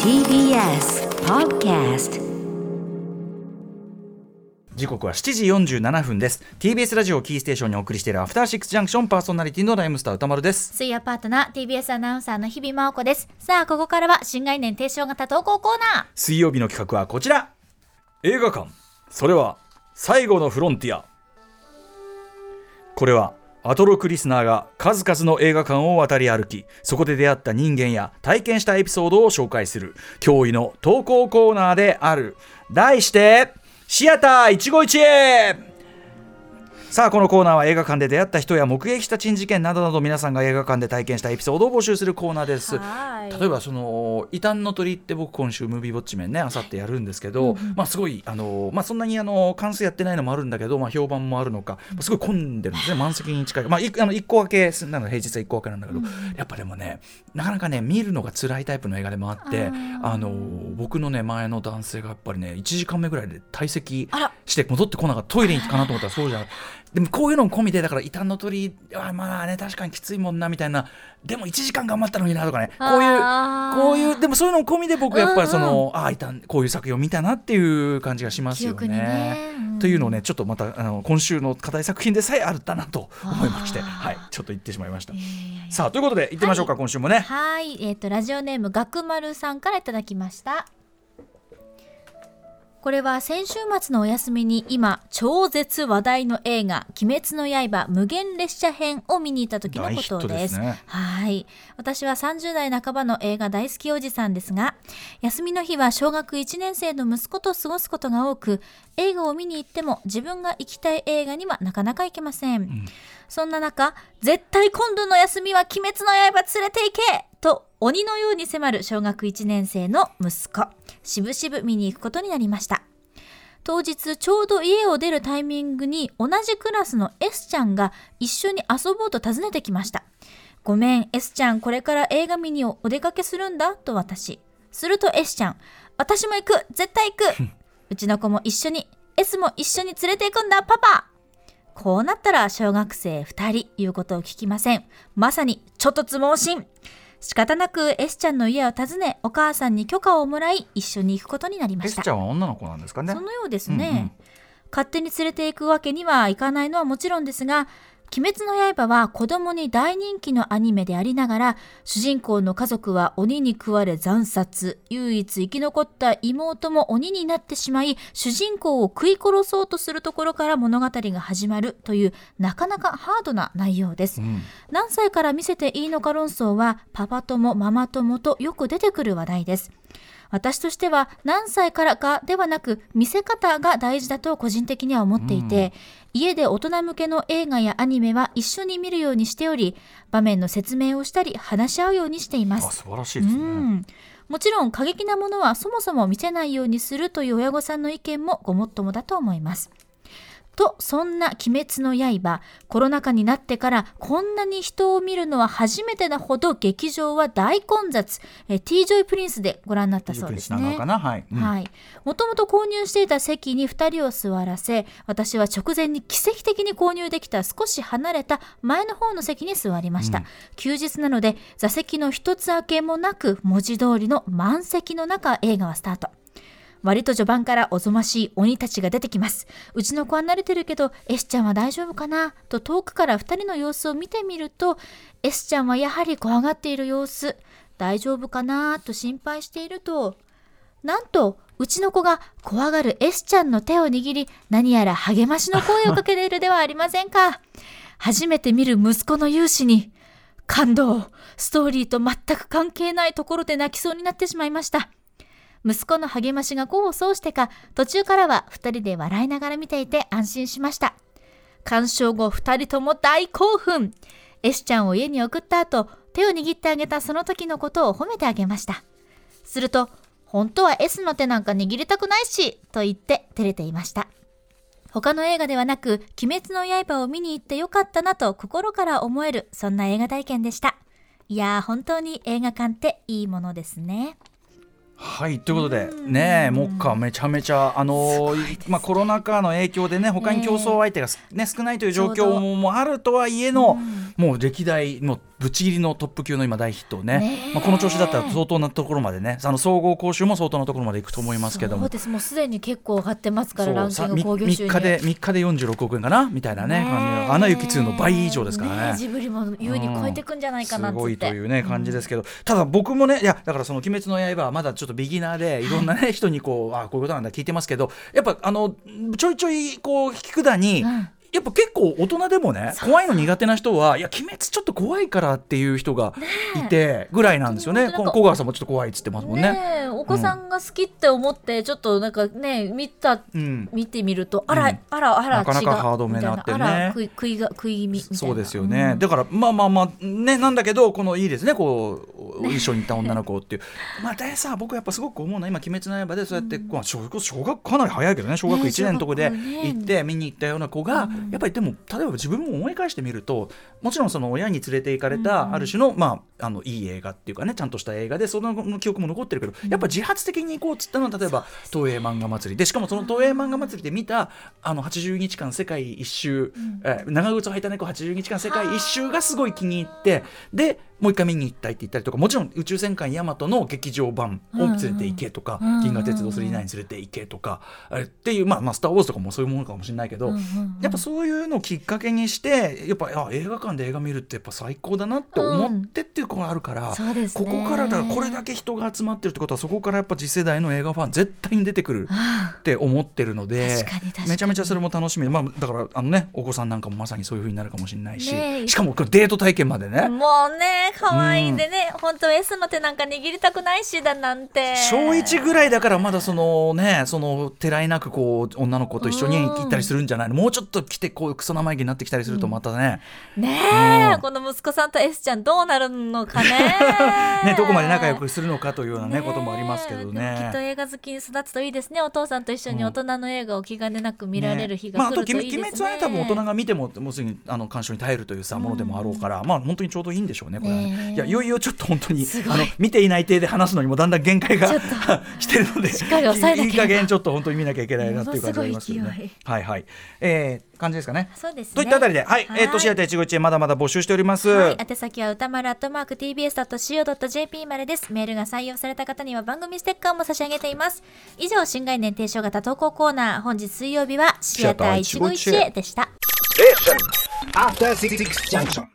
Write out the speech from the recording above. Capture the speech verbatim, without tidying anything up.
ティービーエス Podcast。 時刻はしちじよんじゅうななふんです。 ティービーエス ラジオキーステーションにお送りしているアフターシックスジャンクション、パーソナリティのライムスター歌丸です。 水曜パートナー ティービーエス アナウンサーの日々真央子です。さあここからは新概念提唱型投稿コーナー。 水曜日の企画はこちら、映画館、それは最後のフロンティア。これはアトロクリスナーが数々の映画館を渡り歩き、そこで出会った人間や体験したエピソードを紹介する驚異の投稿コーナーである。題してシアター一期一会。さあこのコーナーは映画館で出会った人や目撃した珍事件などなど、皆さんが映画館で体験したエピソードを募集するコーナーです。例えばその異端の鳥って僕今週ムービーウォッチメンねあさってやるんですけど、うんうん、まあすごいあの、まあ、そんなにあの関数やってないのもあるんだけど、まあ、評判もあるのかすごい混んでるんですね。満席に近い、まあ、いあのいっこ分けなの、平日はいっこ分けなんだけど、うん、やっぱでもねなかなかね見るのが辛いタイプの映画でもあって、ああの僕のね前の男性がやっぱりねいちじかんめぐらいで退席して戻ってこなかった。トイレに行くかなと思ったらそうじゃない。でもこういうのも込みで、だから異端の鳥はまあね確かにきついもんなみたいな、でもいちじかん頑張ったのになとかね、こういうこういうでもそういうのも込みで僕やっぱりその、うんうん、ああ異端こういう作品を見たなっていう感じがしますよ ね, ね、うん、というのをねちょっとまたあの今週の課題作品でさえあったなと思いまして、はい、ちょっと言ってしまいました。えー、さあということで行ってみましょうか、はい、今週もね。 はい、えーと、ラジオネームガクマルさんからいただきました。これは先週末のお休みに今超絶話題の映画鬼滅の刃無限列車編を見に行った時のことです。 大ヒットですね。 はい、私はさんじゅう代半ばの映画大好きおじさんですが、休みの日は小学いちねん生の息子と過ごすことが多く、映画を見に行っても自分が行きたい映画にはなかなか行けません。うん、そんな中、絶対今度の休みは鬼滅の刃連れて行けと鬼のように迫る小学いちねん生の息子、しぶしぶ見に行くことになりました。当日ちょうど家を出るタイミングに同じクラスの S ちゃんが一緒に遊ぼうと訪ねてきました。ごめん S ちゃん、これから映画見にお出かけするんだと私。すると S ちゃん、私も行く、絶対行くうちの子も一緒に、 S も一緒に連れて行くんだパパ。こうなったら小学生ふたり言うことを聞きません。まさにちょっとつ盲信。仕方なく S ちゃんの家を訪ね、お母さんに許可をもらい一緒に行くことになりました。 S ちゃんは女の子なんですかね。 そのようですね、うんうん、勝手に連れて行くわけにはいかないのはもちろんですが、鬼滅の刃は子供に大人気のアニメでありながら、主人公の家族は鬼に食われ惨殺、唯一生き残った妹も鬼になってしまい、主人公を食い殺そうとするところから物語が始まるという、なかなかハードな内容です。うん、何歳から見せていいのか論争はパパ友ママ友とよく出てくる話題です。私としては何歳からかではなく見せ方が大事だと個人的には思っていて、うん、家で大人向けの映画やアニメは一緒に見るようにしており、場面の説明をしたり話し合うようにしています。 あ、素晴らしいですね。うん、 もちろん過激なものはそもそも見せないようにするという親御さんの意見もごもっともだと思います。と、そんな鬼滅の刃、コロナ禍になってからこんなに人を見るのは初めてなほど劇場は大混雑。え T ジョイプリンスでご覧になったそうですね。 はい、うん、はい。 もともと購入していた席にふたりを座らせ、私は直前に奇跡的に購入できた少し離れた前の方の席に座りました。うん、休日なので座席の一つ空けもなく、文字通りの満席の中、映画はスタート。割と序盤からおぞましい鬼たちが出てきます。うちの子は慣れてるけど S ちゃんは大丈夫かなと遠くからふたりの様子を見てみると、 S ちゃんはやはり怖がっている様子。大丈夫かなと心配していると、なんとうちの子が怖がる S ちゃんの手を握り、何やら励ましの声をかけているではありませんか初めて見る息子の勇姿に感動。ストーリーと全く関係ないところで泣きそうになってしまいました。息子の励ましが功を奏してか、途中からはふたりで笑いながら見ていて安心しました。鑑賞後ふたりとも大興奮。 S ちゃんを家に送った後、手を握ってあげたその時のことを褒めてあげました。すると、本当は S の手なんか握りたくないしと言って照れていました。他の映画ではなく鬼滅の刃を見に行ってよかったなと心から思える、そんな映画体験でした。いやー、本当に映画館っていいものですね。 はい、ということでね、目下めちゃめちゃあのーまあ、コロナ禍の影響でね他に競争相手が、ね、少ないという状況もあるとはいえの、もう歴代のぶっちぎりのトップ級の今大ヒットをね、 ねまあ、この調子だったら相当なところまでね、あの総合興収も相当なところまでいくと思いますけども、 そうです、もうすでに結構上がってますから、ランキングみ興行収入みっかでみっかでよんじゅうろくおくえんかなみたいなね、 ね感じ、アナ雪ツーの倍以上ですからね。 ねジブリも優に超えていくんじゃないかなっつって、 すごいというね感じですけど、ただ僕もね、いやだからその鬼滅の刃はまだちょっとビギナーでいろんなね人にこう、あこういうことなんだ聞いてますけど、やっぱあのちょいちょいこう聞くだに、 うんやっぱ結構大人でもね、怖いの苦手な人は、いや鬼滅ちょっと怖いからっていう人がいてぐらいなんですよね。こ小川さんもちょっと怖いっつってますもんね。 ねえお子さんが好きって思ってちょっとなんかね見た、 うん、 見てみるとあら、 うん、 あらあらなかなか違うハードめになってね、 みたいな、あら食い食いが食い気味みたいな。 そうですよね、 うん、 だからまあまあまあね、なんだけどこのいいですね、こう一緒に行った女の子っていうまたさ、僕やっぱすごく思うのは今鬼滅の刃でそうやって、うん、小学小学かなり早いけどね、小学いちねんのとこで行って見に行ったような子が、うん、やっぱりでも例えば自分も思い返してみると、もちろんその親に連れて行かれたある種の、うん、まあ、あのいい映画っていうかね、ちゃんとした映画でその記憶も残ってるけど、やっぱ自発的に行こうっつったのは例えば東映漫画祭りで、しかもその東映漫画祭りで見たあのはちじゅうにちかん世界一周、うん、えー、長靴を履いた猫はちじゅうにちかん世界一周がすごい気に入って、でもう一回見に行きたいって言ったりとか、もちろん宇宙戦艦ヤマトの劇場版を連れて行けとか、うんうん、銀河鉄道スリーナイン連れて行けとか、うんうん、っていう、まあまあスターウォーズとかもそういうものかもしれないけど、うんうんうん、やっぱそういうのをきっかけにしてやっぱあ映画館で映画見るってやっぱ最高だなって思ってっていうことがあるから、 うんね、 ここからだからこれだけ人が集まってるってことは、そこからやっぱ次世代の映画ファン絶対に出てくるって思ってるので、 確かに確かにめちゃめちゃそれも楽しみ、まあ、だからあのねお子さんなんかもまさにそういう風になるかもしれないし、 ね、 しかもデート体験までね、 もうね可愛いんでね、うん、本当 S の手なんか握りたくないしだなんて、 小いちぐらいだからまだそのねそのてらいなくこう女の子と一緒に行ったりするんじゃないの、もうちょっと来てこうクソ生意気になってきたりするとまたね、 うん、ねえ、 うん、 この息子さんと S ちゃんどうなるのかねね、どこまで仲良くするのかというような、ね、こともありますけどね。 きっと映画好きに育つといいですね。お父さんと一緒に大人の映画を気兼ねなく見られる日が来るといいですね。 まあ、あと鬼滅は、ね、多分大人が見てももうすぐにあの鑑賞に耐えるというさ、うん、ものでもあろうから、まあ本当にちょうどいいんでしょうねこれはね。ねいやいよいよちょっと本当にあの見ていない体で話すのにもだんだん限界が来てるので、 しっかり抑えなきゃいいい加減ちょっと本当に見なきゃいけないなっていう感じがありますけどね。はいはい、えー感じですかね。 そうですね。 といったあたりで、はい、はい、えっ、ー、とシアター一期一会まだまだ募集しております。 はい、宛先は歌丸アットマーク ティービーエスドットシーオードットジェーピー までです。メールが採用された方には番組ステッカーも差し上げています。以上、新概念提唱型投稿コーナー、本日水曜日はシアター一期一会でした。